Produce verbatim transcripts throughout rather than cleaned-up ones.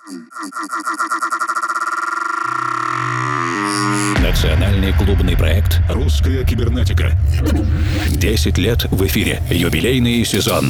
Национальный клубный проект «Русская кибернетика». десять лет в эфире. Юбилейный сезон.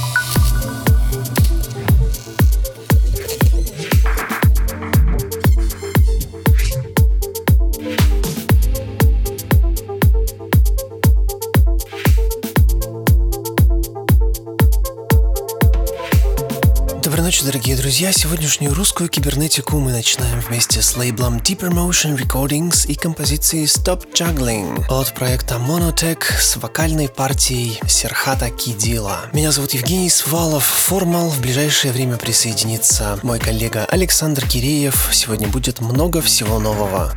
Доброй ночи, дорогие друзья! Сегодняшнюю русскую кибернетику мы начинаем вместе с лейблом Deeper Motion Recordings и композицией Stop Juggling от проекта Monotech с вокальной партией Серхата Кидила. Меня зовут Евгений Свалов, Формал. В ближайшее время присоединится мой коллега Александр Киреев. Сегодня будет много всего нового.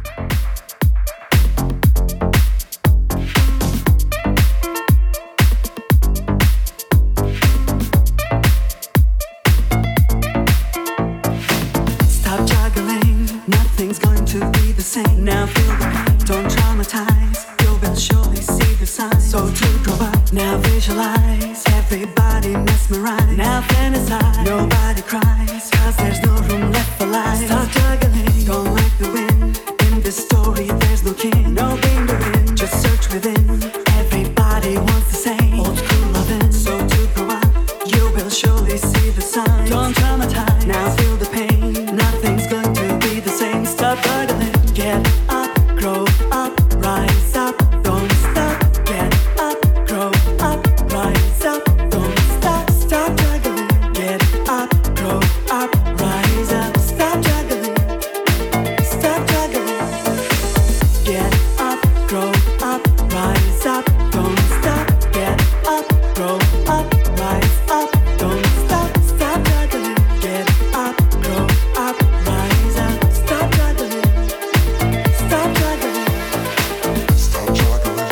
Now feel the pain, don't traumatize. You will surely see the signs. So to grow up, now visualize. Everybody mesmerize. Now fantasize. Nobody cries, cause there's no room left for lies. Start juggling, don't like the wind. In this story there's no king, no game to win. Just search within. Everybody wants the same old school loving. So to grow up, you will surely see the signs. Don't traumatize, now feel the pain. Nothing's going to be the same. Stop juggling. Get up, grow up, rise up, don't stop. Get up, grow up, rise up, don't stop. Stop juggling. Get up, grow up, rise up. Stop juggling. Stop juggling. Get up, grow up, rise up, don't stop. Get up, grow up, rise up, don't stop. Stop juggling. Get up, grow up, rise up. Stop juggling. Stop juggling. Stop juggling.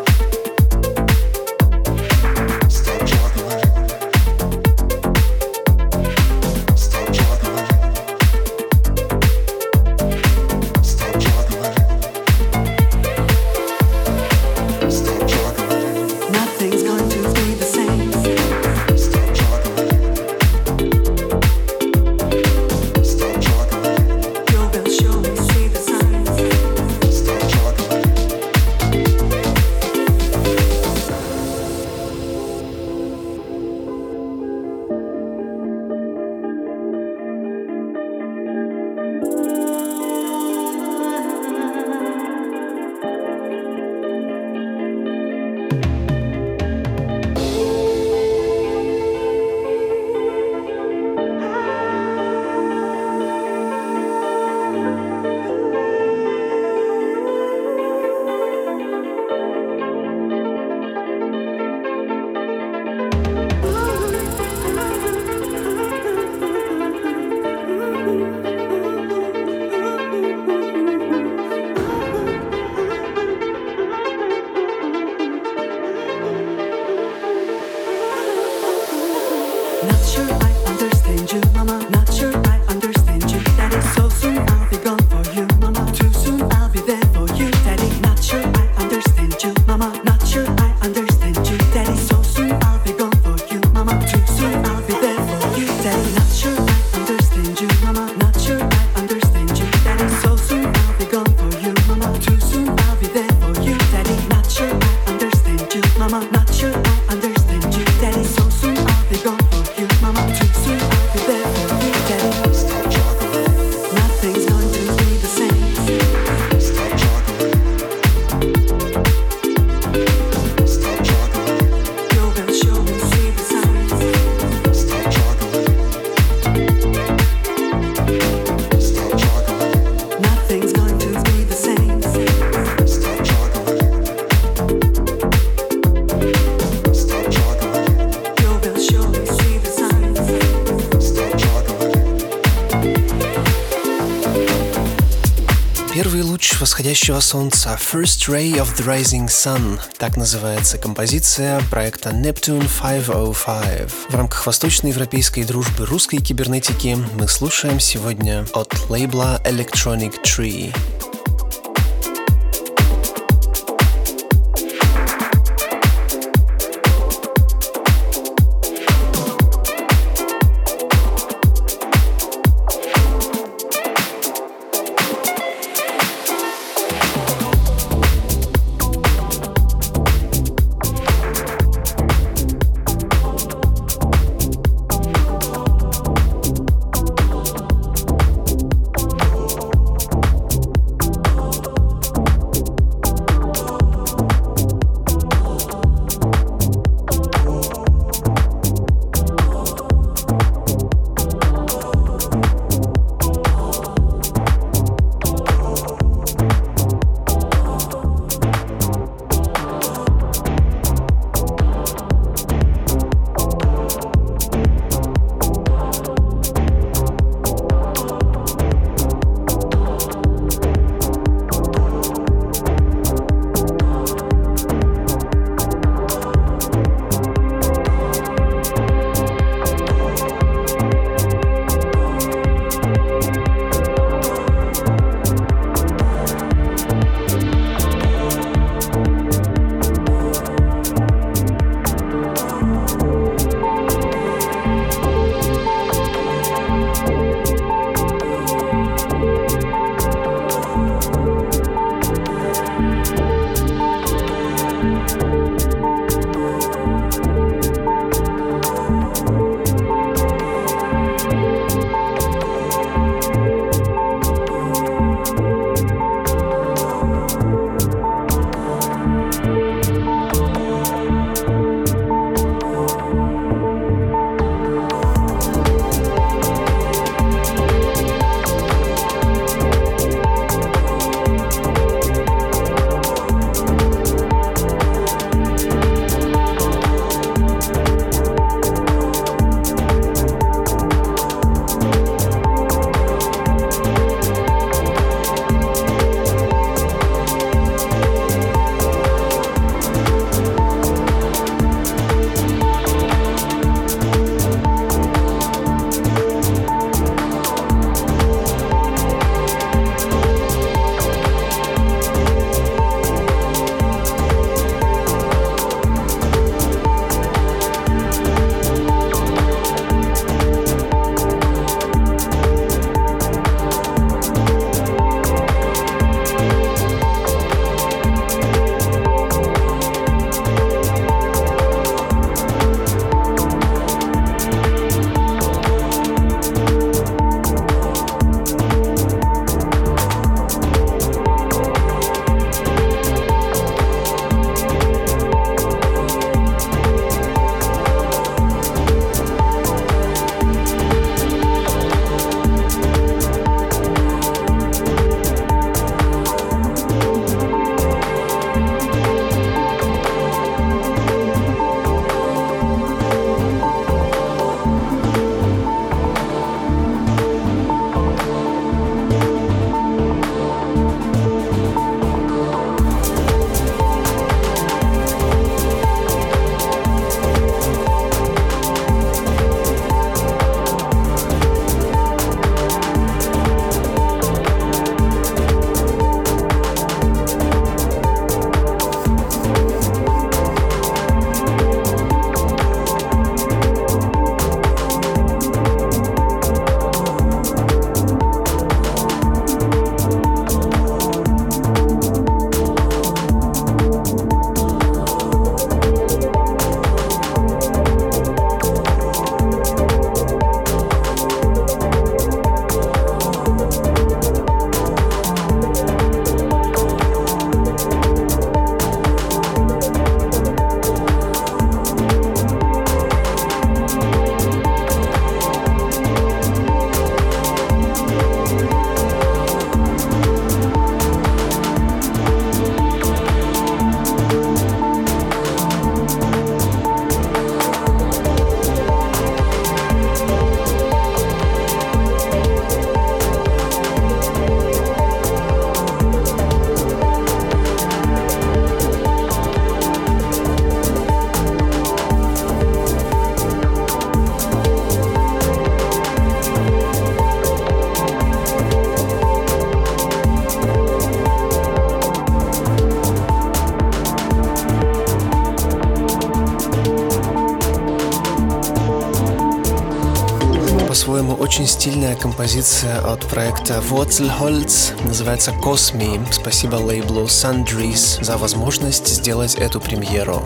Stop juggling. Stop juggling. Stop juggling. Stop juggling. Nothing's going to be the same. Stop juggling. Stop juggling. You will surely see the signs. Stop juggling. Not sure I understand you, mama. Not sure I understand you, daddy. So soon I'll be gone for you, mama. Too soon I'll be there for you, daddy. Not sure I understand you, mama. Not sure I understand you, daddy. So soon I'll be gone for you, mama. Too soon I'll be there for you, daddy. Not sure I understand you, mama. Not sure I understand you, daddy. So soon I'll be gone for you, mama. Too soon I'll be there for you, daddy. Not sure I understand you, mama. Not sure I understand you, daddy. So soon I'll be gone for you, mama. Too soon I'll be there for you, daddy. Stop juggling. Nothing's going to be the same. Stop juggling. Stop juggling. You will surely see the signs. Stop juggling. Stop juggling. Nothing's going to be the same. Stop juggling. Stop juggling. You will surely see the signs. Stop juggling. Первый луч восходящего солнца, First Ray of the Rising Sun. Так называется композиция проекта Neptune пятьсот пять. В рамках восточноевропейской дружбы русской кибернетики мы слушаем сегодня от лейбла Electronic Tree. очень стильная композиция от проекта Wurzelholz, называется «Cosmi». Спасибо лейблу Sundries за возможность сделать эту премьеру.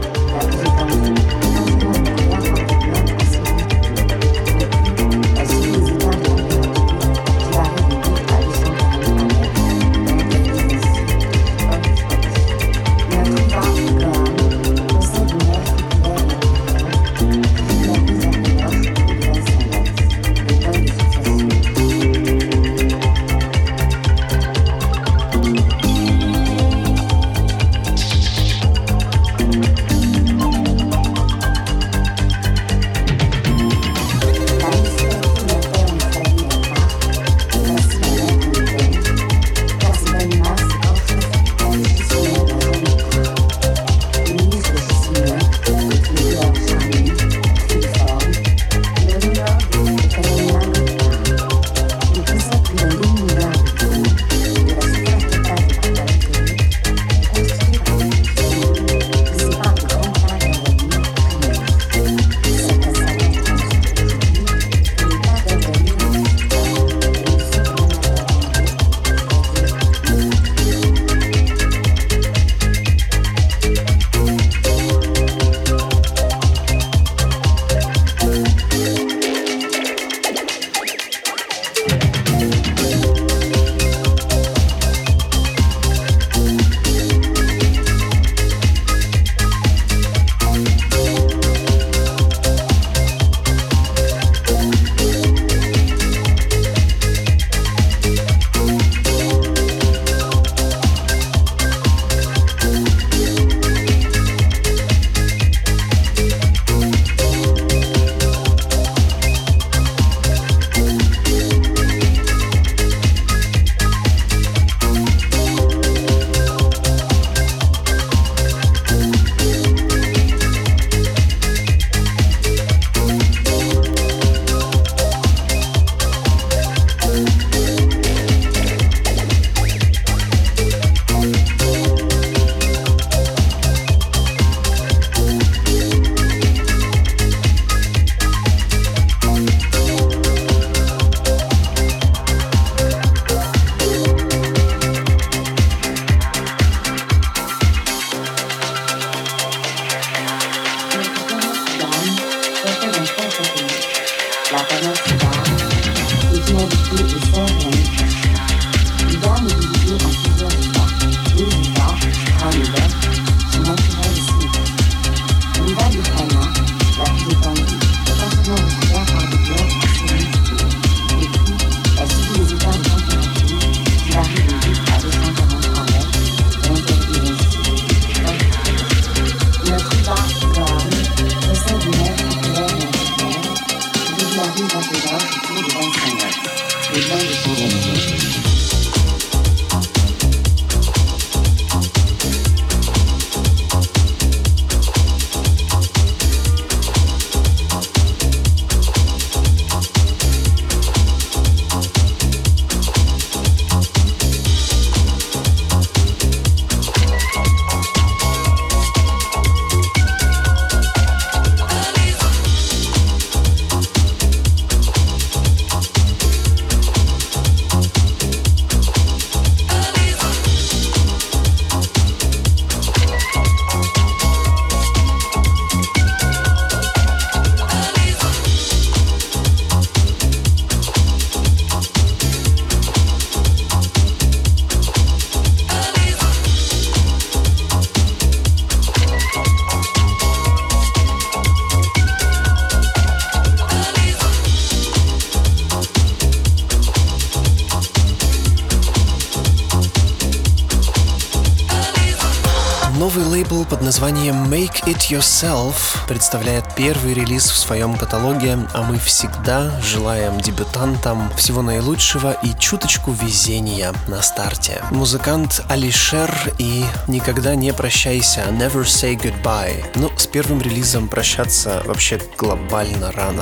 Новый лейбл под названием Make It Yourself представляет первый релиз в своем каталоге, а мы всегда желаем дебютантам всего наилучшего и чуточку везения на старте. Музыкант Алишер и «Никогда не прощайся» Never Say Goodbye. Но с первым релизом прощаться вообще глобально рано.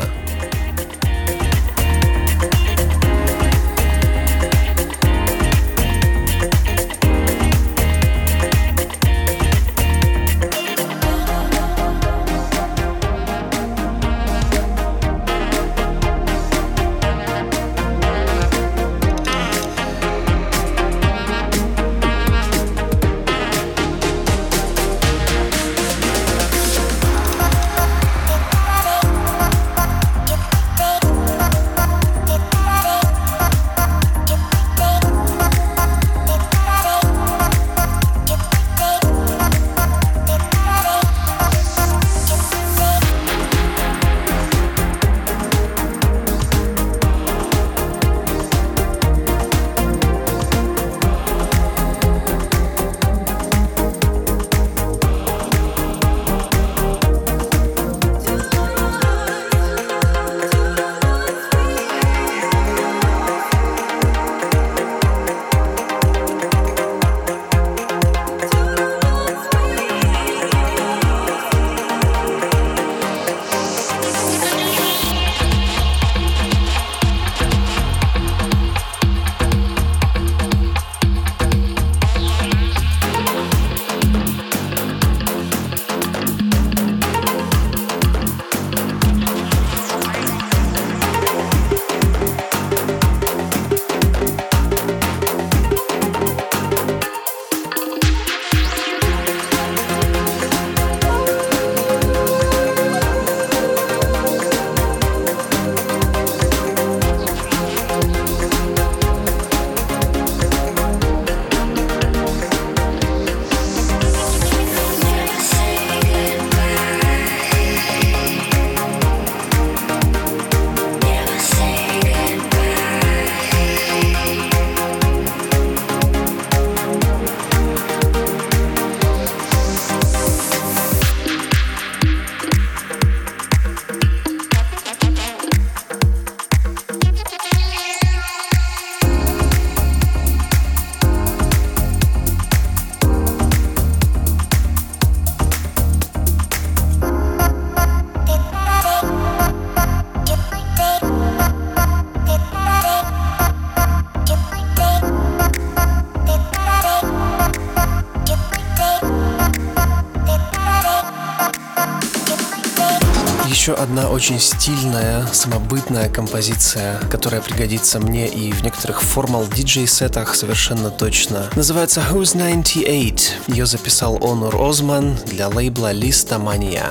еще одна очень стильная, самобытная композиция, которая пригодится мне и в некоторых формал диджей-сетах совершенно точно. Называется Who's девяносто восемь. Ее записал Онур Озман для лейбла Listomania.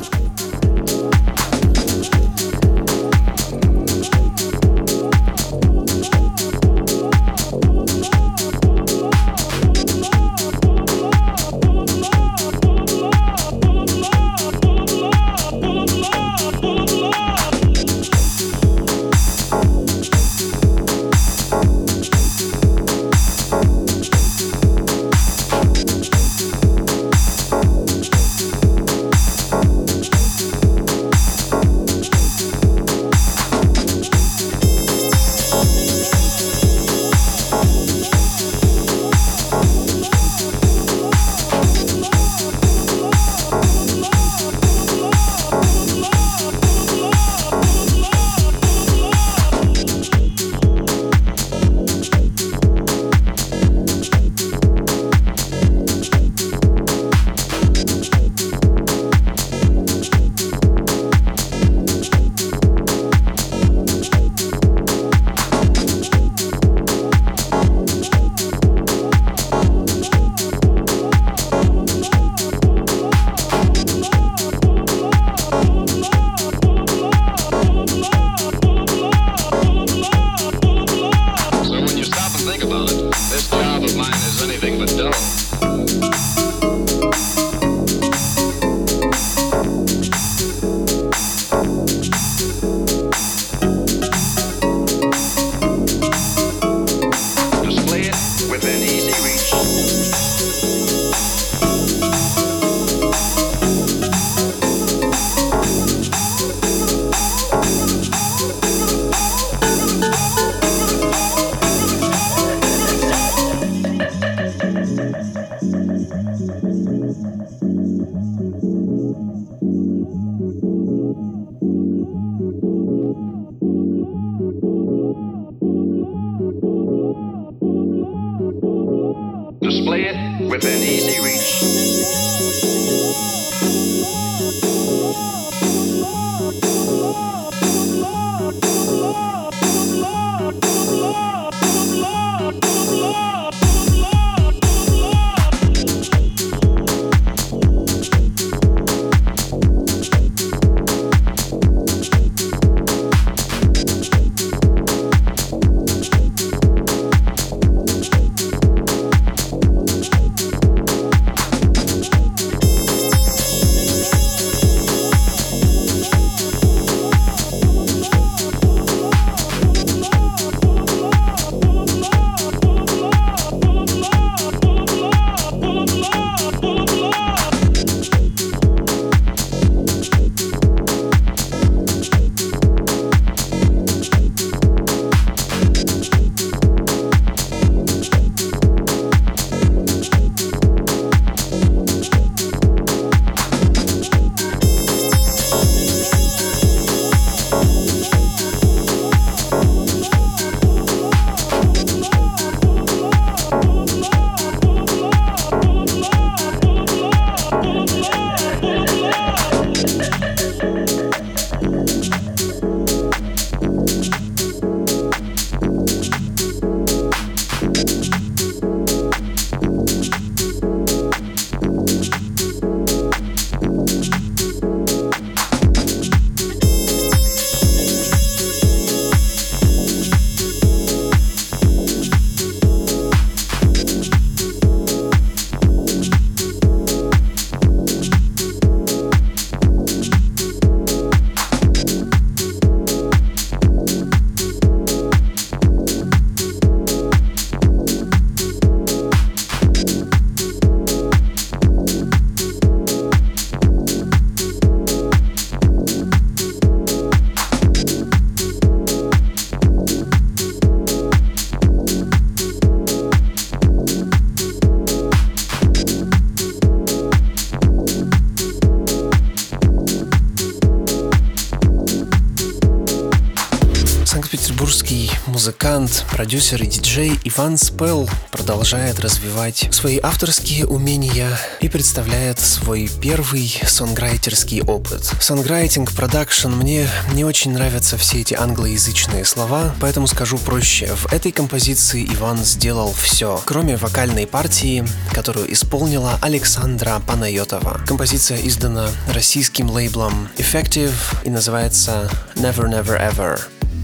Display it within easy reach. музыкант, продюсер и диджей Иван Спелл продолжает развивать свои авторские умения и представляет свой первый сонграйтерский опыт. Сонграйтинг, продакшн, мне не очень нравятся все эти англоязычные слова, поэтому скажу проще. В этой композиции Иван сделал все, кроме вокальной партии, которую исполнила Александра Панайотова. Композиция издана российским лейблом Effective и называется Never Never Ever.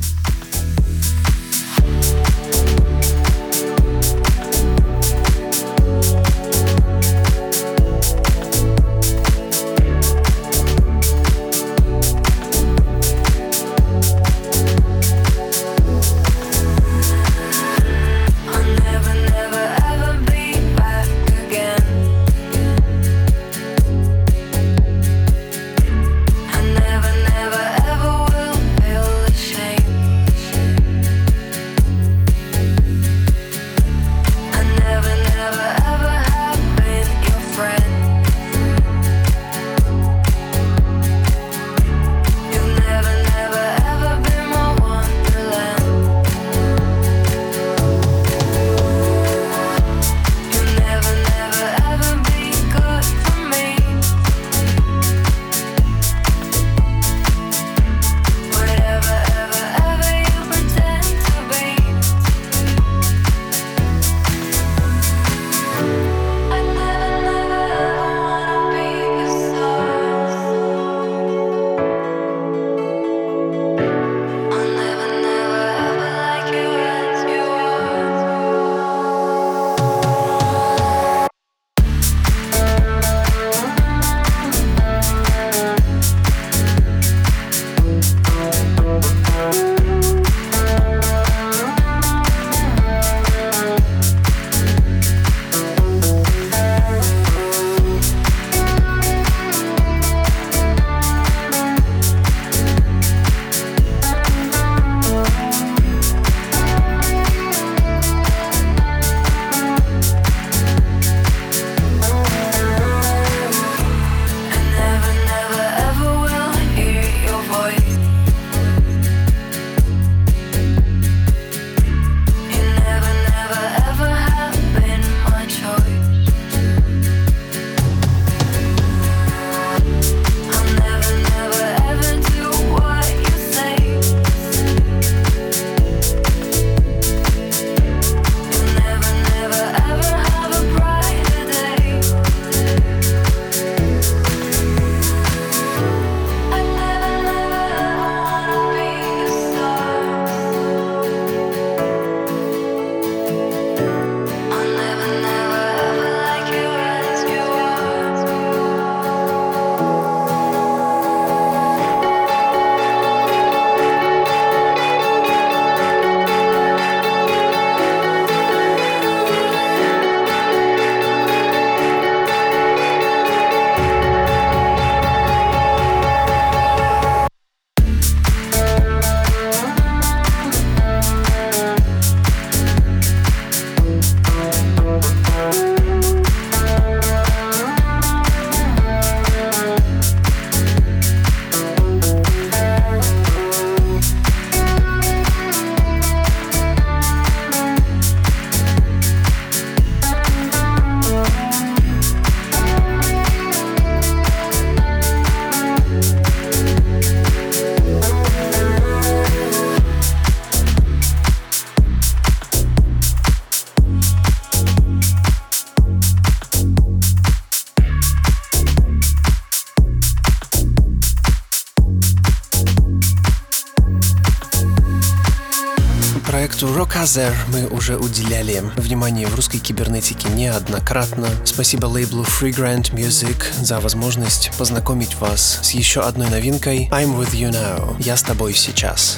Проекту Rockazer мы уже уделяли внимание в русской кибернетике неоднократно. Спасибо лейблу Freegrant Music за возможность познакомить вас с еще одной новинкой I'm With You Now. Я с тобой сейчас.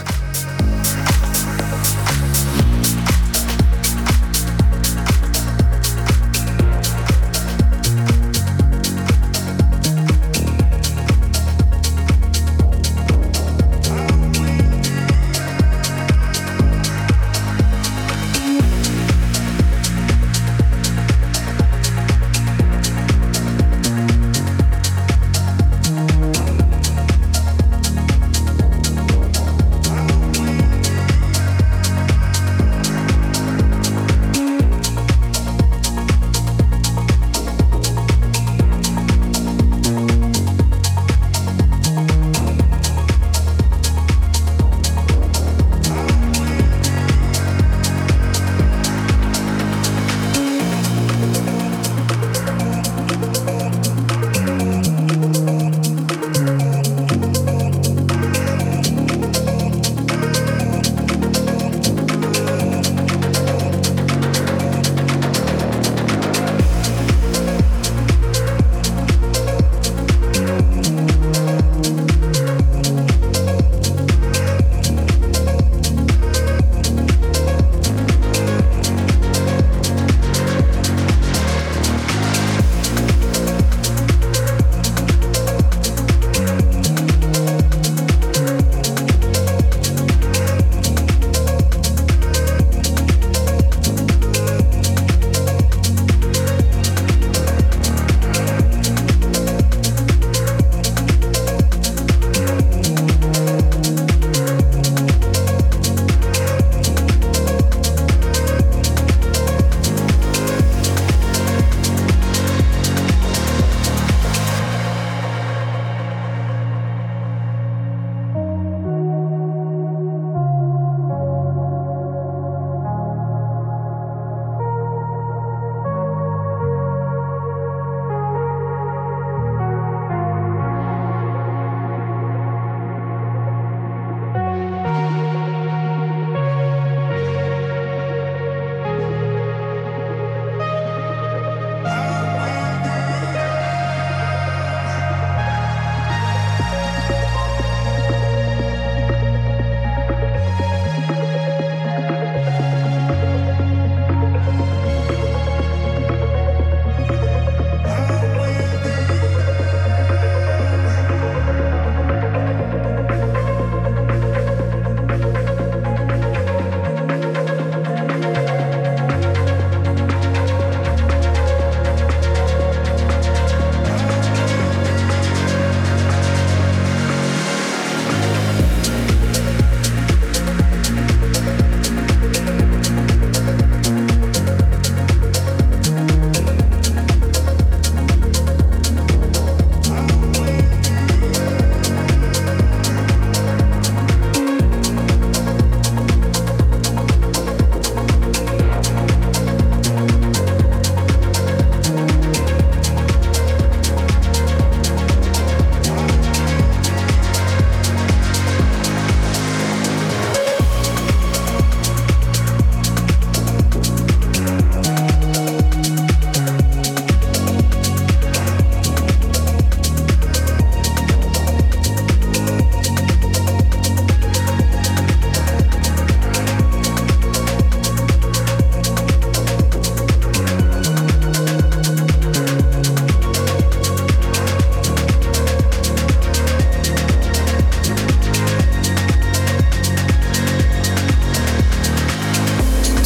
We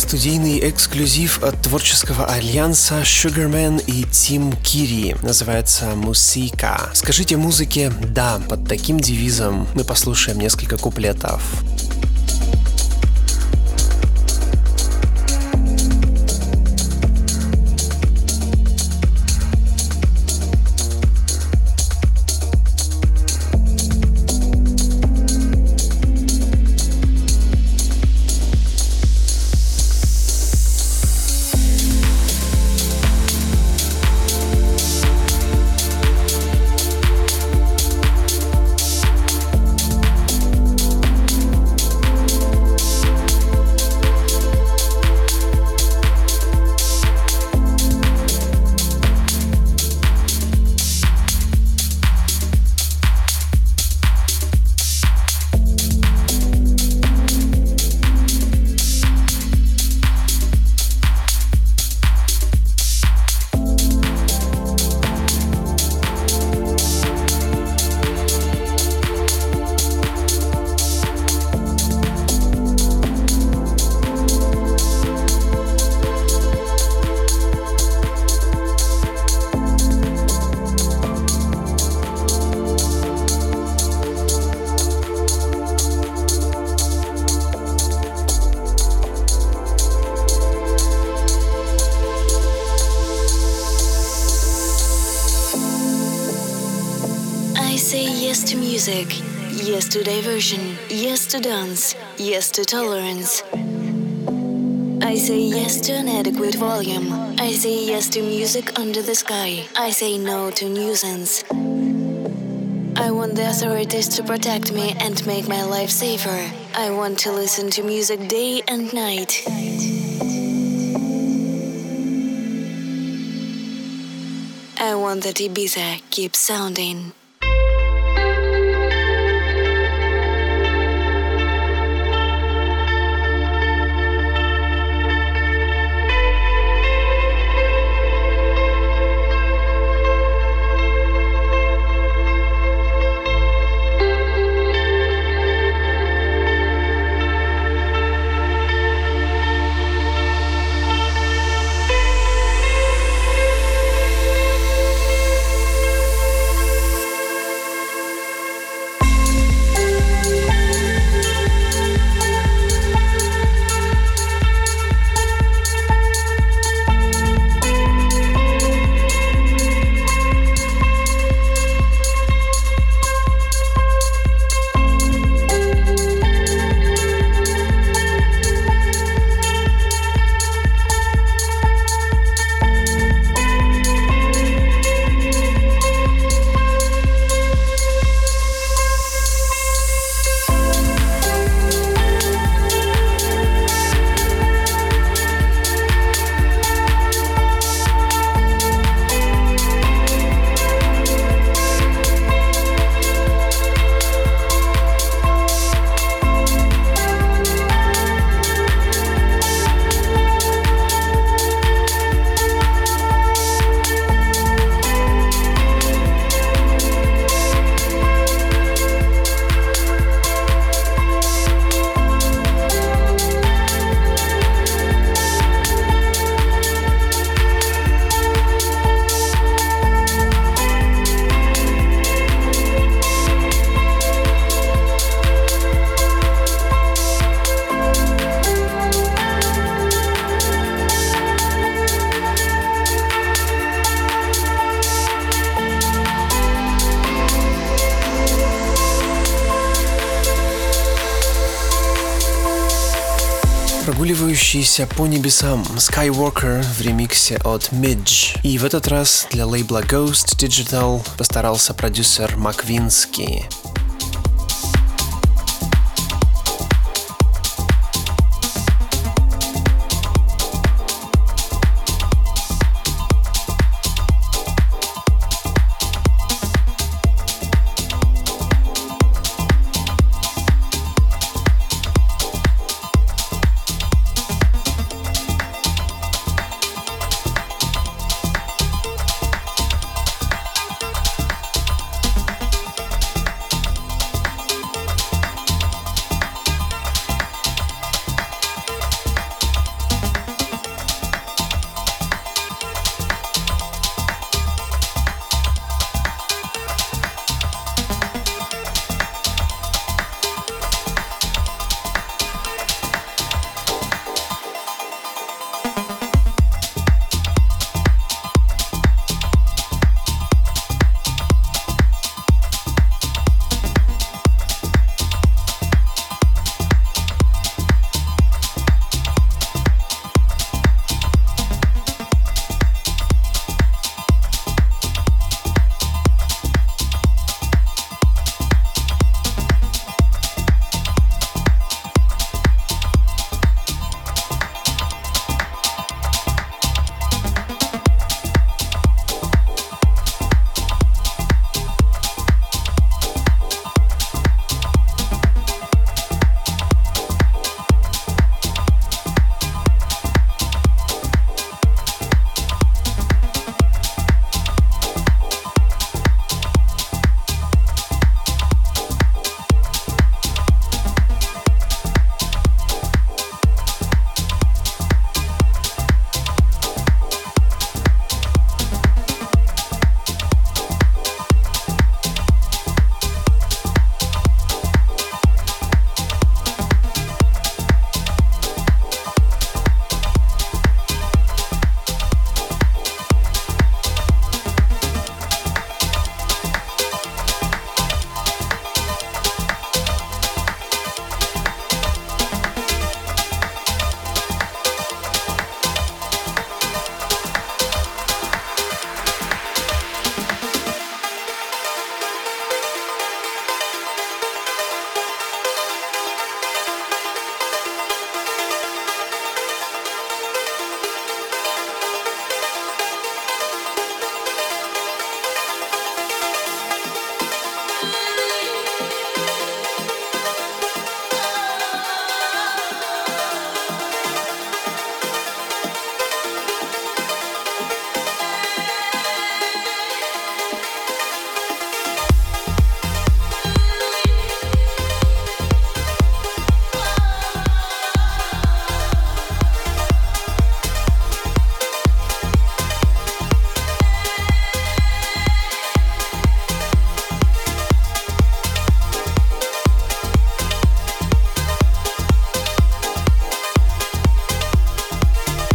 студийный эксклюзив от творческого альянса Sugarman и Team Kiri. Называется «Мусика». Скажите музыке «да» под таким девизом. Мы послушаем несколько куплетов. Yes to diversion, yes to dance, yes to tolerance. I say yes to an adequate volume. I say yes to music under the sky. I say no to nuisance. I want the authorities to protect me and make my life safer. I want to listen to music day and night. I want that Ibiza keeps sounding. Прогуливающийся по небесам Skywalker в ремиксе от Midge. И в этот раз для лейбла Ghost Digital постарался продюсер Маквински.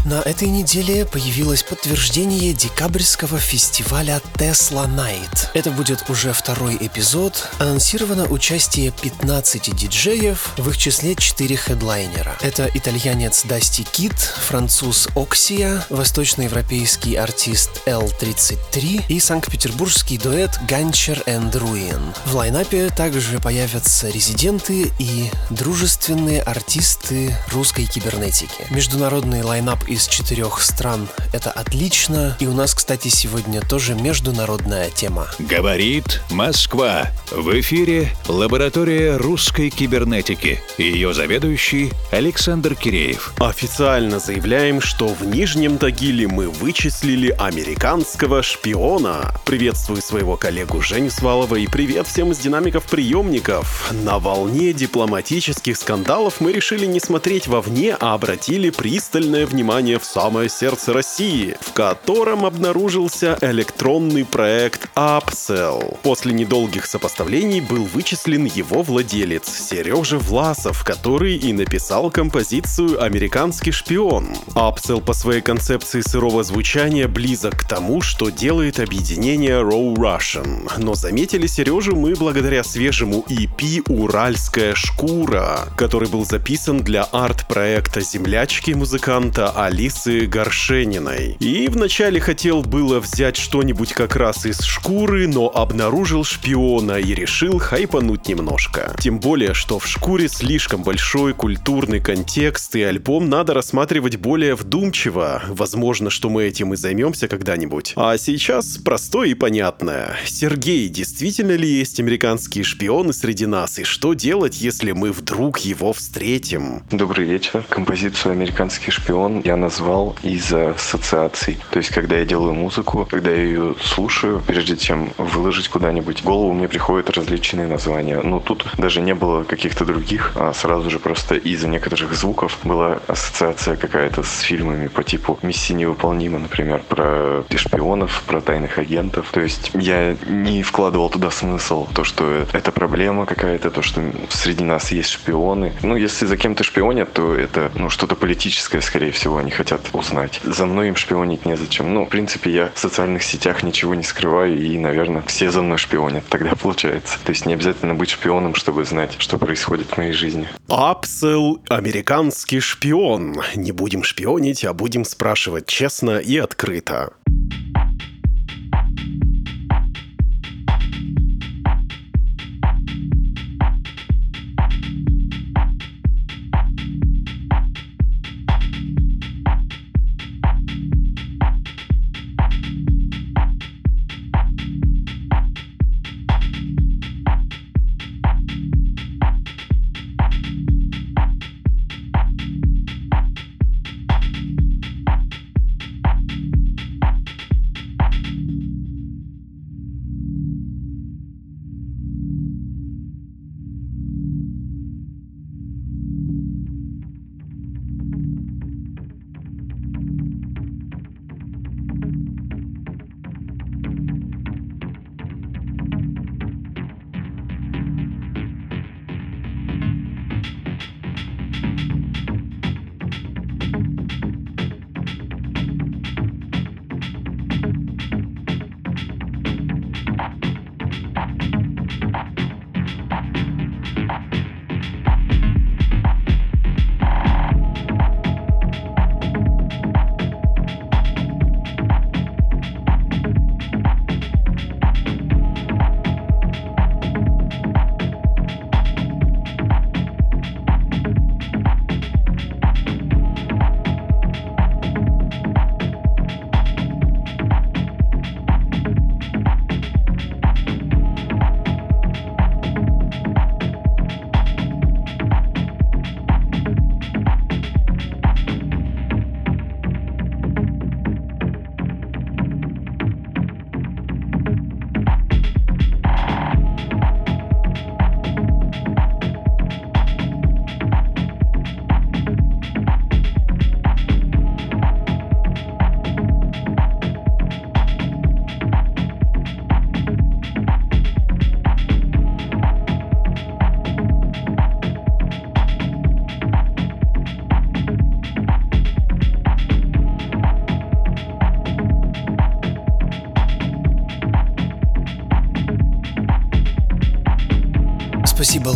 На этой неделе появилось подтверждение декабрьского фестиваля Tesla Night. Это будет уже второй эпизод. Анонсировано участие пятнадцати диджеев, в их числе четыре хедлайнера. Это итальянец Дасти Кид, француз Оксия, восточноевропейский артист эл тридцать три и санкт-петербургский дуэт Ганчер энд Руин. В лайнапе также появятся резиденты и дружественные артисты русской кибернетики. Международный лайнап из четырех стран — это отлично, и у нас, кстати, сегодня тоже международная тема. Говорит Москва. В эфире лаборатория русской кибернетики. Ее заведующий Александр Киреев. Официально заявляем, что в Нижнем Тагиле мы вычислили американского шпиона. Приветствую своего коллегу Женю Свалова и привет всем из динамиков-приемников. На волне дипломатических скандалов мы решили не смотреть вовне, а обратили пристальное внимание в самое сердце России, в котором обнаружился электронный проект Upsell. После недолгих сопоставлений был вычислен его владелец Сережа Власов, который и написал композицию «Американский шпион». Upsell по своей концепции сырого звучания близок к тому, что делает объединение Raw Russian. Но заметили Сережу мы благодаря свежему и пи «Уральская шкура», который был записан для арт-проекта землячки музыканта Алисы Горшениной. И вначале хотел было взять что-нибудь как раз из шкуры, но обнаружил шпиона и решил хайпануть немножко. Тем более, что в шкуре слишком большой культурный контекст, и альбом надо рассматривать более вдумчиво. Возможно, что мы этим и займемся когда-нибудь. А сейчас простое и понятное. Сергей, действительно ли есть американские шпионы среди нас, и что делать, если мы вдруг его встретим? Добрый вечер. Композицию «Американский шпион» я назвал из ассоциаций. То есть, когда я делаю музыку, когда я ее слушаю, прежде чем выложить куда-нибудь, в голову мне приходят различные названия. Но тут даже не было каких-то других, а сразу же просто из-за некоторых звуков была ассоциация какая-то с фильмами по типу «Миссия невыполнима», например, про шпионов, про тайных агентов. То есть, я не вкладывал туда смысл, то, что это проблема какая-то, то, что среди нас есть шпионы. Ну, если за кем-то шпионят, то это, ну, что-то политическое, скорее всего, они хотят узнать. За мной им шпионить незачем. Ну, в принципе, я в социальных сетях ничего не скрываю, и, наверное, все за мной шпионят. Тогда получается. То есть не обязательно быть шпионом, чтобы знать, что происходит в моей жизни. Upsell — американский шпион. Не будем шпионить, а будем спрашивать честно и открыто.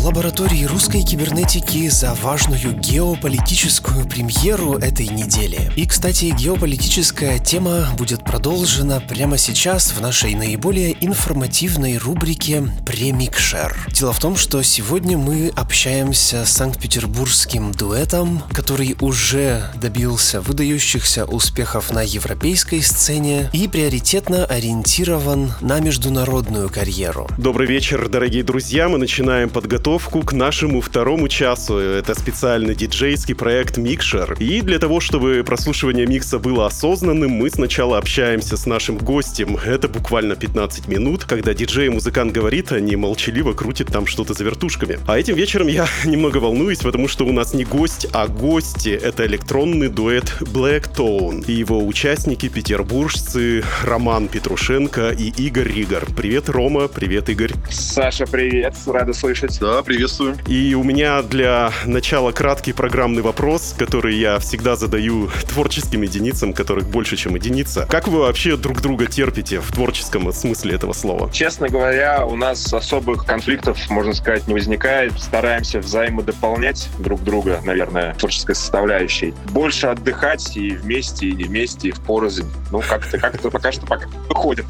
лаборатории русской кибернетики за важную геополитическую премьеру этой недели. И, кстати, геополитическая тема будет продолжена прямо сейчас в нашей наиболее информативной рубрике «Премикшер». Дело в том, что сегодня мы общаемся с санкт-петербургским дуэтом, который уже добился выдающихся успехов на европейской сцене и приоритетно ориентирован на международную карьеру. Добрый вечер, дорогие друзья. Мы начинаем подготовку к нашему второму часу. Это специальный диджейский проект «Микшер». И для того, чтобы прослушивание микса было осознанным, мы сначала общаемся с нашим гостем. Это буквально пятнадцать минут, когда диджей и музыкант говорит, а не молчаливо крутит там что-то за вертушками. А этим вечером я немного волнуюсь, потому что у нас не гость, а гости. Это электронный дуэт Black Tone и его участники петербуржцы Роман Петрушенко и Игорь Ригор. Привет, Рома, привет, Игорь. Саша, привет, рада слышать. Да, приветствую. И у меня для начала краткий программный вопрос, который я всегда задаю творческим единицам, которых больше, чем единица. Как вы вообще друг друга терпите в творческом смысле этого слова? Честно говоря, у нас особых конфликтов, можно сказать, не возникает. Стараемся взаимодополнять друг друга, наверное, творческой составляющей. Больше отдыхать и вместе, и не вместе, и в порознь. Ну, как-то, как-то пока что пока выходит.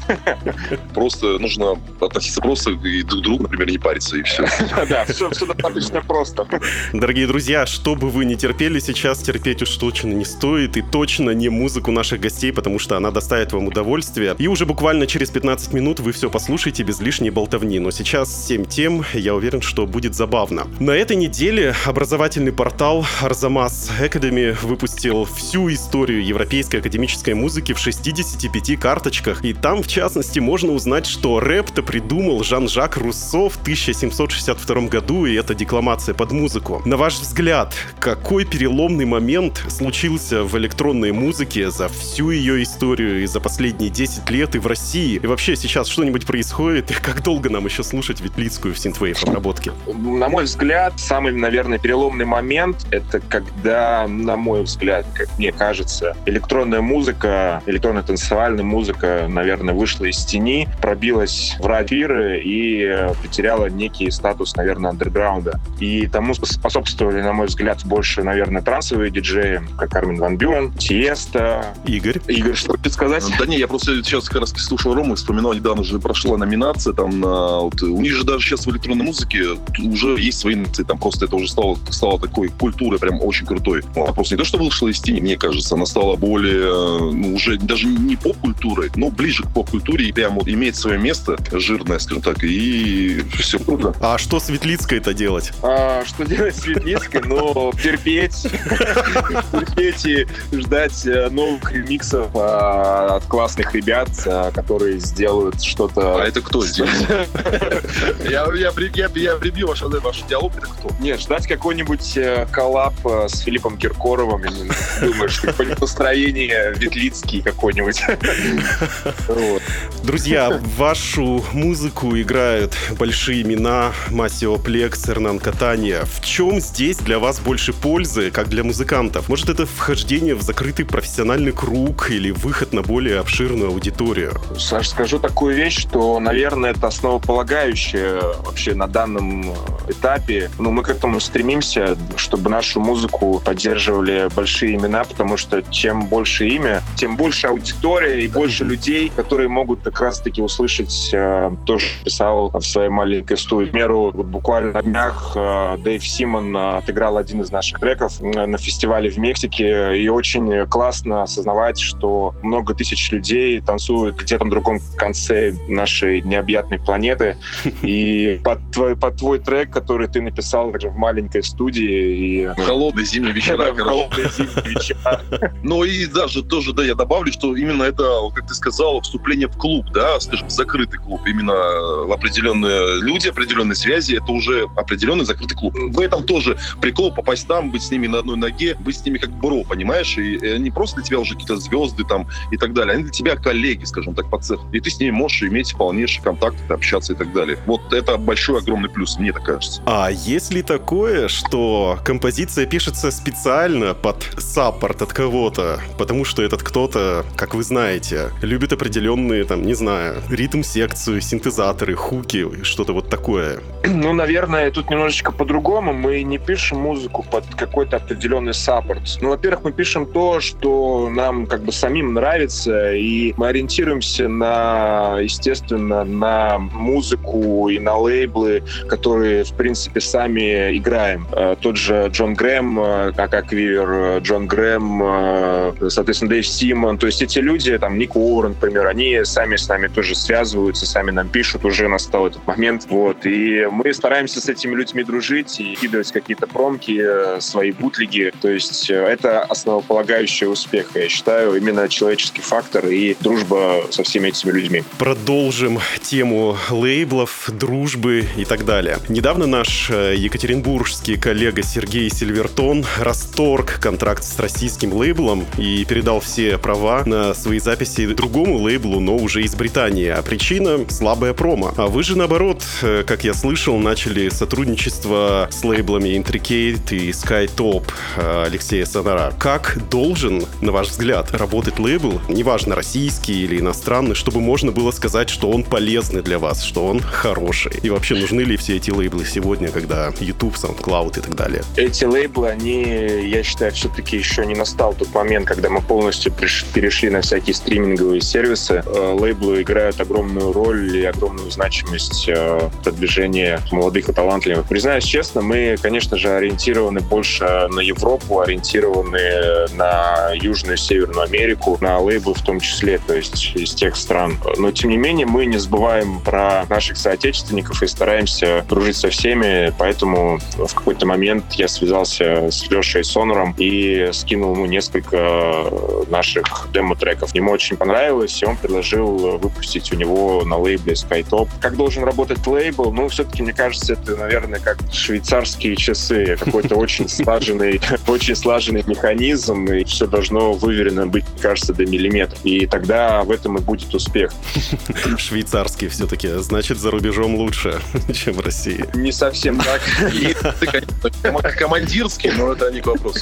Просто нужно относиться просто и друг к другу, например, не париться, и все. Да, все достаточно просто. Дорогие друзья, что бы вы ни терпели сейчас, терпеть уж точно не стоит, и точно не музыку наших гостей, потому что она доставит вам удовольствие. И уже буквально через пятнадцать минут вы все послушаете без лишней болтовни. Но сейчас семь тем, я уверен, что будет забавно. На этой неделе образовательный портал Arzamas Academy выпустил всю историю европейской академической музыки в шестидесяти пяти карточках. И там, в частности, можно узнать, что рэп-то придумал Жан-Жак Руссо в тысяча семьсот шестьдесят втором году, и это декламация под музыку. На ваш взгляд, какой переломный момент случился в электронной музыке за всю ее историю и за последние десять лет и в России? И вообще сейчас что-нибудь происходит? И как долго нам еще слушать Ветлицкую в синтвейв обработке? На мой взгляд, самый, наверное, переломный момент — это когда, на мой взгляд, как мне кажется, электронная музыка, электронная танцевальная музыка, наверное, вышла из тени, пробилась в радиоэфиры и потеряла некий статус, наверное, андерграунда. И тому способствовали, на мой взгляд, больше, наверное, трансовые диджеи, как Армин ван Бюрен, Тиеста. Игорь. Игорь, что хочешь сказать? Да не, я просто сейчас как раз слушал Рому и вспоминал, недавно же прошла номинация, там, на, вот, у них же даже сейчас в электронной музыке уже есть свои номинации, там просто это уже стало, стало такой культурой, прям очень крутой. Она просто не то, что вышла из тени, мне кажется, она стала более, ну, уже даже не поп-культурой, но ближе к поп-культуре и прям вот имеет свое место, жирное, скажем так, и все круто. А что с Ветлицкой-то делать? А, что делать с Ветлицкой? Ну, терпеть. Терпеть и ждать новых ремиксов а, от классных ребят, а, которые сделают что-то... А это кто здесь? Я прибью ваш диалог, это кто? Нет, ждать какой-нибудь коллаб с Филиппом Киркоровым. Думаешь, какое-нибудь настроение Ветлицкий какой-нибудь. Друзья, в вашу музыку играют большие имена: Масио Плекс, Эрнан Катанья. В чем здесь для вас больше пользы, как для музыкантов? Может, это вхождение в закрытый профессиональный круг или выход на более обширную аудиторию? Саш, скажу такую вещь, что, наверное, это основополагающее вообще на данном этапе. Ну, мы к этому стремимся, чтобы нашу музыку поддерживали большие имена, потому что чем больше имя, тем больше аудитория и больше людей, которые могут как раз-таки услышать э, то, что писал в своей маленькой студии. К примеру, вот буквально на днях э, Дэйв Симон э, отыграл один из наших треков э, на фестивале в Мексике, и очень классно осознавать, что много тысяч людей танцуют где-то на другом конце нашей необъятной планеты, и под твой, под твой трек, который ты написал также в маленькой студии. И... Холодные зимние вечера. Холодные зимние вечера. Ну и даже тоже, да, я добавлю, что именно это, как ты сказал, вступление в клуб, да, скажем, закрытый клуб. Именно определенные люди, определенные связи, это уже определенный закрытый клуб. В этом тоже прикол попасть там, быть с ними на одной ноге, быть с ними как бро, понимаешь? И они просто для тебя уже какие-то звезды там и так далее. Они для тебя коллеги, скажем так, по цеху. И ты с ними можешь иметь полнейший контакт, общаться и так далее. Вот это большой, огромный плюс, мне так кажется. А есть ли такое, что композиция пишется специально под саппорт от кого-то, потому что этот кто-то, как вы знаете, любит определенные, там, не знаю, ритм-секцию, синтезаторы, хуки, что-то вот такое? Ну, наверное, тут немножечко по-другому. Мы не пишем музыку под какой-то определенный саппорт. Ну, во-первых, мы пишем то, что нам как бы самим нравится, и мы ориентируемся на, естественно, на музыку и на лейблы, которые, в принципе, сами играем. Тот же Джон Грэм, как Аквивер, Джон Грэм, соответственно, Дэйв Симон. То есть эти люди, там, Ник Уоррен, например, они сами с нами тоже связываются, сами нам пишут, уже настал этот момент. Вот. И мы стараемся с этими людьми дружить и кидывать какие-то промки, свои бутлиги. То есть это основополагающий успех, я считаю, именно человеческий фактор и дружба со всеми этими людьми. Продолжим тему лейблов, дружбы и так далее. Недавно наш екатеринбургский коллега Сергей Сильвертон расторг контракт с российским лейблом и передал все права на свои записи другому лейблу, но уже из Британии. А причина — слабая промо. А вы же, наоборот, как я слышал, начали сотрудничество с лейблами Intricate и Skytop Алексея Сонара. Как должен, на ваш взгляд, работать лейбл, неважно, российский или иностранный, чтобы можно было сказать, что он полезный для вас, что он хороший? И вообще, нужны ли все эти лейблы сегодня, когда YouTube, SoundCloud и так далее? Эти лейблы, они, я считаю, все-таки еще не настал тот момент, когда мы полностью приш- перешли на всякие стриминговые сервисы. Лейблы играют огромную роль и огромную значимость продвижения молодых и талантливых. Признаюсь честно, мы, конечно же, ориентированы больше на Европу, ориентированы на Южную и Северную Америку, на лейблы в том числе, то есть из тех стран. Но, тем не менее, мы не забываем про наших соотечественников и стараемся дружить со всеми, поэтому в какой-то момент я связался с Лешей Сонором и скинул ему несколько наших демо-треков. Ему очень понравилось, и он предложил выпустить у него на лейбле Skytop. Как должен работать лейбл? Ну, все-таки, мне кажется, это, наверное, как швейцарские часы. Какой-то очень слаженный, очень слаженный механизм, и все должно выверено быть, мне кажется, до миллиметра. И тогда в этом и будет успех. Швейцарский все-таки. Значит, за рубежом лучше, чем в России. Не совсем так. Командирский, но это не к вопросу.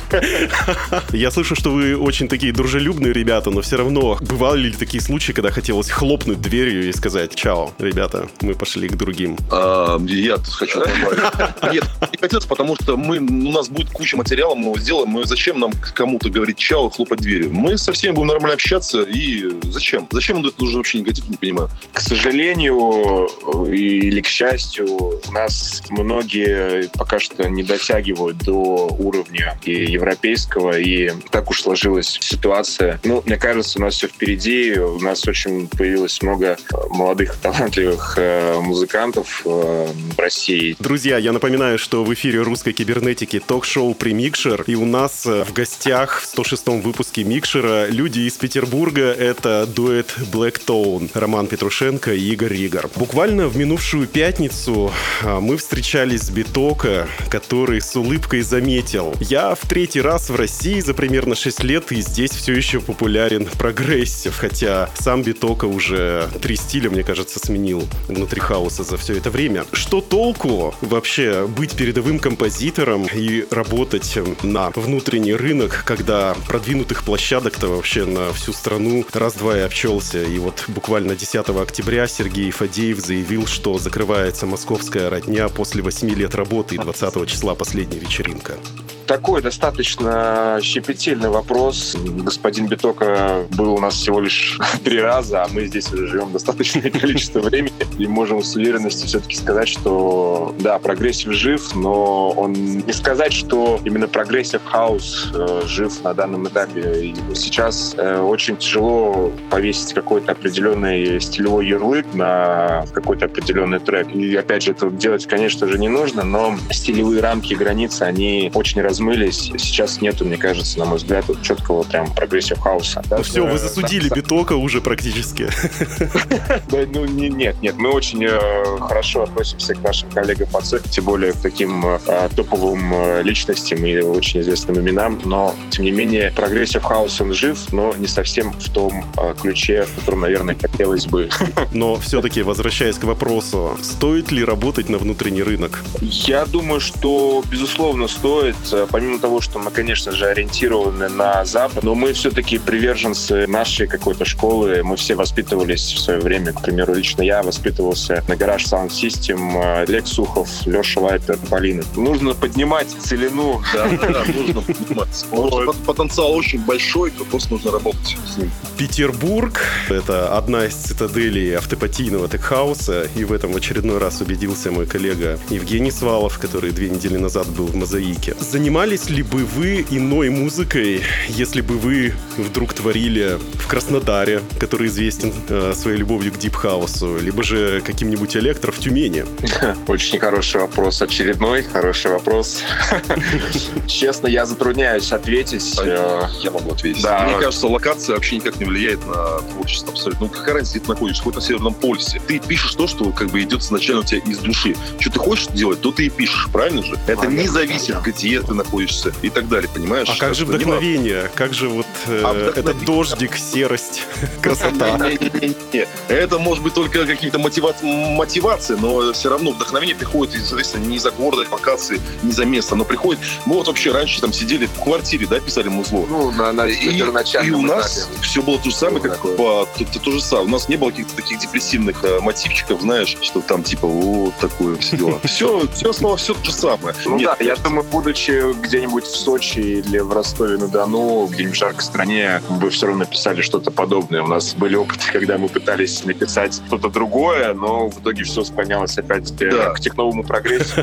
Я слышу, что вы очень такие дружелюбные ребята, но все равно бывали ли такие случаи, когда хотелось хлопнуть дверью и сказать: «Чао, ребята, мы пошли к другим»? А, я хочу добавить. Нет, не хотелось, потому что мы, у нас будет куча материала, мы его сделаем. Мы зачем нам кому-то говорить «чао» и хлопать дверью? Мы со всеми будем нормально общаться, и зачем? Зачем это нужно вообще негатив, не понимаю. К сожалению или к счастью, у нас многие пока что не дотягивают до уровня и европейского, и так уж сложилась ситуация. Ну, мне кажется, у нас все впереди, у нас очень появилось много молодых талантливых музыкантов в России. Друзья, я напоминаю, что в эфире русской кибернетики ток-шоу «Премикшер», и у нас в гостях в сто шестом выпуске «Микшера» люди из Петербурга. Это дуэт Black Tone, Роман Петрушенко и Игорь Ригор. Буквально в минувшую пятницу мы встречались с Битоко, который с улыбкой заметил: «Я в третий раз в России за примерно шесть лет, и здесь все еще популярен прогрессив», хотя сам Битоко уже три стиля, мне кажется, сменил внутри хаоса за все это время. Что толку вообще быть передовым композитором и работать на внутренний рынок, когда продвинутых площадок-то вообще на всю страну раз-два и обчелся? И вот буквально десятого октября Сергей Фадеев заявил, что закрывается московская родня после восьми лет работы, и двадцатого числа последняя вечеринка. Такой достаточно щепетильный вопрос. Господин Битоко был у нас всего лишь три раза, а мы здесь уже живем достаточное количество времени и можем с уверенностью все-таки сказать, что да, прогрессив жив, но он не сказать, что именно прогрессив хаус э, жив на данном этапе. И сейчас э, очень тяжело повесить какой-то определенный стилевой ярлык на какой-то определенный трек. И опять же, это делать, конечно же, не нужно, но стилевые рамки и границы, они очень размыты. Размылись. Сейчас нету, мне кажется, на мой взгляд, вот четкого прям прогрессив хауса. Ну все, вы засудили Битоко уже практически. Ну нет, нет, мы очень хорошо относимся к нашим коллегам по цеху, тем более к таким топовым личностям и очень известным именам, но, тем не менее, прогрессив хаус, он жив, но не совсем в том ключе, в котором, наверное, хотелось бы. Но все-таки, возвращаясь к вопросу, стоит ли работать на внутренний рынок? Я думаю, что, безусловно, стоит, помимо того, что мы, конечно же, ориентированы на Запад, но мы все-таки приверженцы нашей какой-то школы. Мы все воспитывались в свое время, к примеру, лично я воспитывался на Garage Sound System, Олег Сухов, Леша Вайпер, Полина. Нужно поднимать целину. Да, да, нужно подниматься. Потенциал очень большой, просто нужно работать с ним. Петербург — это одна из цитаделей автопатийного теххауса, и в этом в очередной раз убедился мой коллега Евгений Свалов, который две недели назад был в «Мозаике». Занимались ли бы вы иной музыкой, если бы вы вдруг творили в Краснодаре, который известен э, своей любовью к дипхаусу, либо же каким-нибудь электро в Тюмени? Очень хороший вопрос. Очередной хороший вопрос. Честно, я затрудняюсь ответить. Я могу ответить. Да. Мне кажется, локация вообще никак не влияет на творчество абсолютно. Ну, какая разница, где ты находишься, хоть на Северном полюсе. Ты пишешь то, что как бы идет изначально у тебя из души. Что ты хочешь делать, то ты и пишешь, правильно же? Это а, не зависит, да. где ты находишься и так далее, понимаешь? А как же вдохновение? Как же вот э, а этот дождик, серость, красота? Это может быть только какие-то мотивации, но все равно вдохновение приходит, соответственно, не из-за города, локации, не за место, но приходит... Мы вот вообще раньше там сидели в квартире, да, писали музло. Ну, на, на и, и у нас все было то же самое, как по, то, то, то же самое. У нас не было каких-то таких депрессивных э, мотивчиков, знаешь, что там типа вот такое все дела. Все, все снова все то же самое. Ну да, я думаю, будучи где-нибудь в Сочи или в Ростове-на-Дону, где-нибудь в жаркой стране, мы все равно писали что-то подобное. У нас были опыты, когда мы пытались написать что-то другое, но в итоге все склонялось опять да. к техновому прогрессу.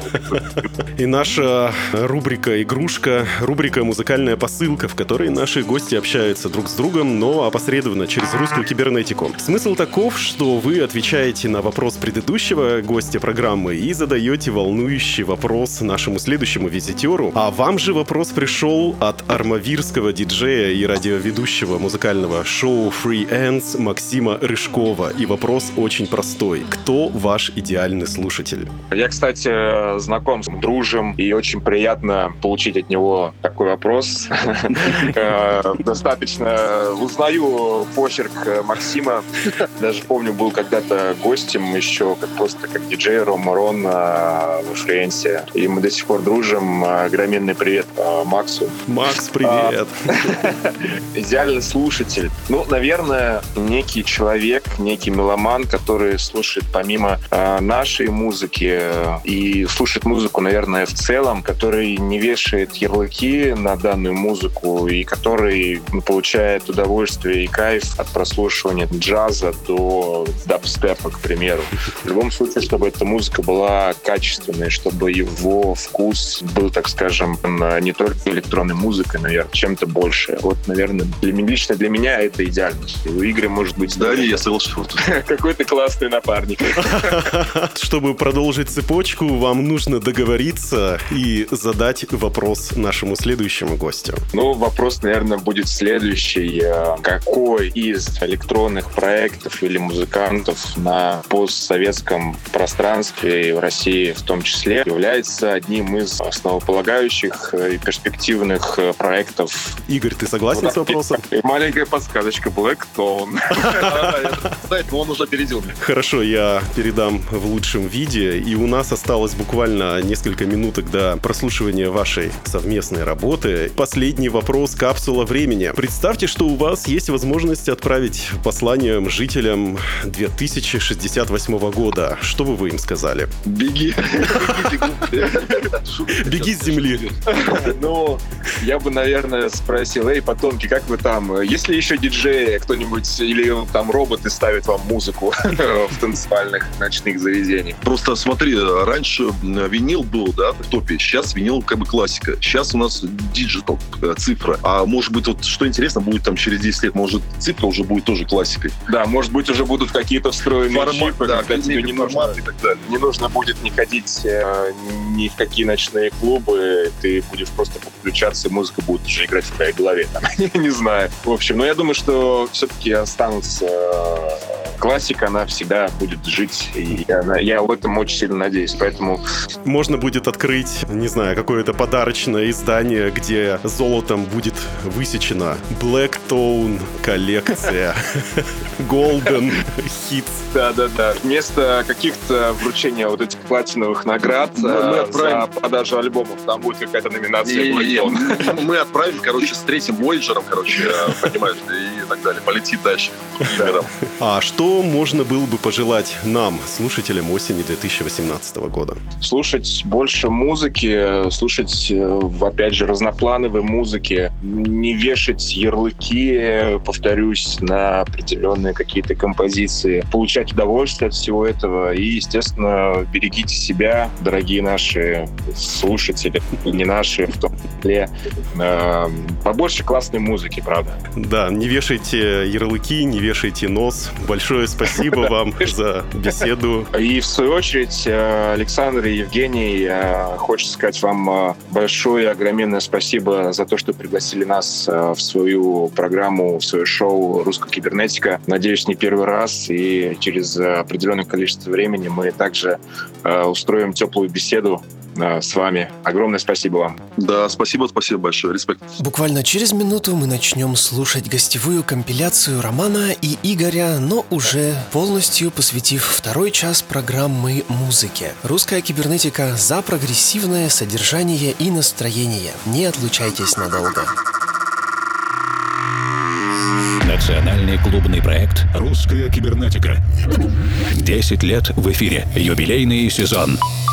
И наша рубрика «Игрушка», рубрика «Музыкальная посылка», в которой наши гости общаются друг с другом, но опосредованно через русскую кибернетику. Смысл таков, что вы отвечаете на вопрос предыдущего гостя программы и задаете волнующий вопрос нашему следующему визитеру. А вам же вопрос пришел от армавирского диджея и радиоведущего музыкального шоу Free Ends Максима Рыжкова. И вопрос очень простой. Кто ваш идеальный слушатель? Я, кстати, знаком с дружем, и очень приятно получить от него такой вопрос. Достаточно узнаю почерк Максима. Даже помню, был когда-то гостем еще как просто как диджей Рома Рон в Френсе. И мы до сих пор дружим. Огроменный привет Максу. Макс, привет. Идеальный слушатель. Ну, наверное, некий человек, некий меломан, который слушает помимо нашей музыки и слушает музыку, наверное, в целом, который не вешает ярлыки на данную музыку и который получает удовольствие и кайф от прослушивания джаза до дабстепа, к примеру. В любом случае, чтобы эта музыка была качественной, чтобы его вкус был, так скажем, не только электронной музыкой, наверное, чем-то больше. Вот, наверное, для, лично для меня это идеально. И у Игоря может быть... Да, я соглашусь. Какой-то классный напарник. Чтобы продолжить цепочку, вам нужно договориться и задать вопрос нашему следующему гостю. Ну, вопрос, наверное, будет следующий. Какой из электронных проектов или музыкантов на постсоветском пространстве и в России в том числе является одним из основополагающих и перспективных проектов? Игорь, ты согласен с вопросом? Маленькая подсказочка. Blackstone. Кстати, он уже опередил меня. Хорошо, я передам в лучшем виде. И у нас осталось буквально несколько минуток до прослушивания вашей совместной работы. Последний вопрос. Капсула времени. Представьте, что у вас есть возможность отправить послание жителям две тысячи шестьдесят восьмого года. Что бы вы им сказали? Беги. Беги с земли. Ну, я бы, наверное, спросил: эй, потомки, как вы там? Есть ли еще диджеи кто-нибудь или там роботы ставят вам музыку в танцевальных ночных заведениях? Просто смотри, раньше винил был, да, в топе. Сейчас винил как бы классика. Сейчас у нас диджитал, цифра. А может быть, вот что интересно, будет там через десять лет, может, цифра уже будет тоже классикой. Да, может быть, уже будут какие-то встроенные формат, чипы, да, когда тебе не нужно, и так далее. не нужно будет не ходить э, ни в какие ночные клубы, ты будешь просто подключаться, и музыка будет уже играть в твоей голове. Там, не знаю. В общем, но я думаю, что все-таки останутся классика, она всегда будет жить, и она, я в этом очень сильно надеюсь, поэтому... Можно будет открыть, не знаю, какое-то подарочное издание, где золотом будет высечена Blacktone коллекция Golden Hits. Да-да-да. Вместо каких-то вручения вот этих платиновых наград мы, мы отправим... за продажу альбомов, там будет какая-то номинация. Не-не-не. Мы отправим, короче, с третьим Voyager'ом, короче, понимаешь, и так далее. Полетит дальше. А что можно было бы пожелать нам, слушателям осени две тысячи восемнадцатого года? Слушать больше музыки, слушать, опять же, разноплановой музыки, не вешать ярлыки, повторюсь, на определенные какие-то композиции, получать удовольствие от всего этого и, естественно, берегите себя, дорогие наши слушатели, и не наши, в том числе. Побольше классной музыки, правда. Да, не вешайте ярлыки, не вешайте нос. Большое спасибо вам за беседу. И в свою очередь, Александр и Евгений, хочется сказать вам большое, огроменное спасибо за то, что пригласили нас в свою программу, в свое шоу «Русская кибернетика». Надеюсь, не первый раз, и через определенное количество времени мы также устроим теплую беседу с вами. Огромное спасибо вам. Да, спасибо, спасибо большое. Респект. Буквально через минуту мы начнем слушать гостевую компиляцию Романа и Игоря, но уже полностью посвятив второй час программы музыке. Русская кибернетика за прогрессивное содержание и настроение. Не отлучайтесь надолго. Национальный клубный проект «Русская кибернетика». десять лет в эфире. Юбилейный сезон.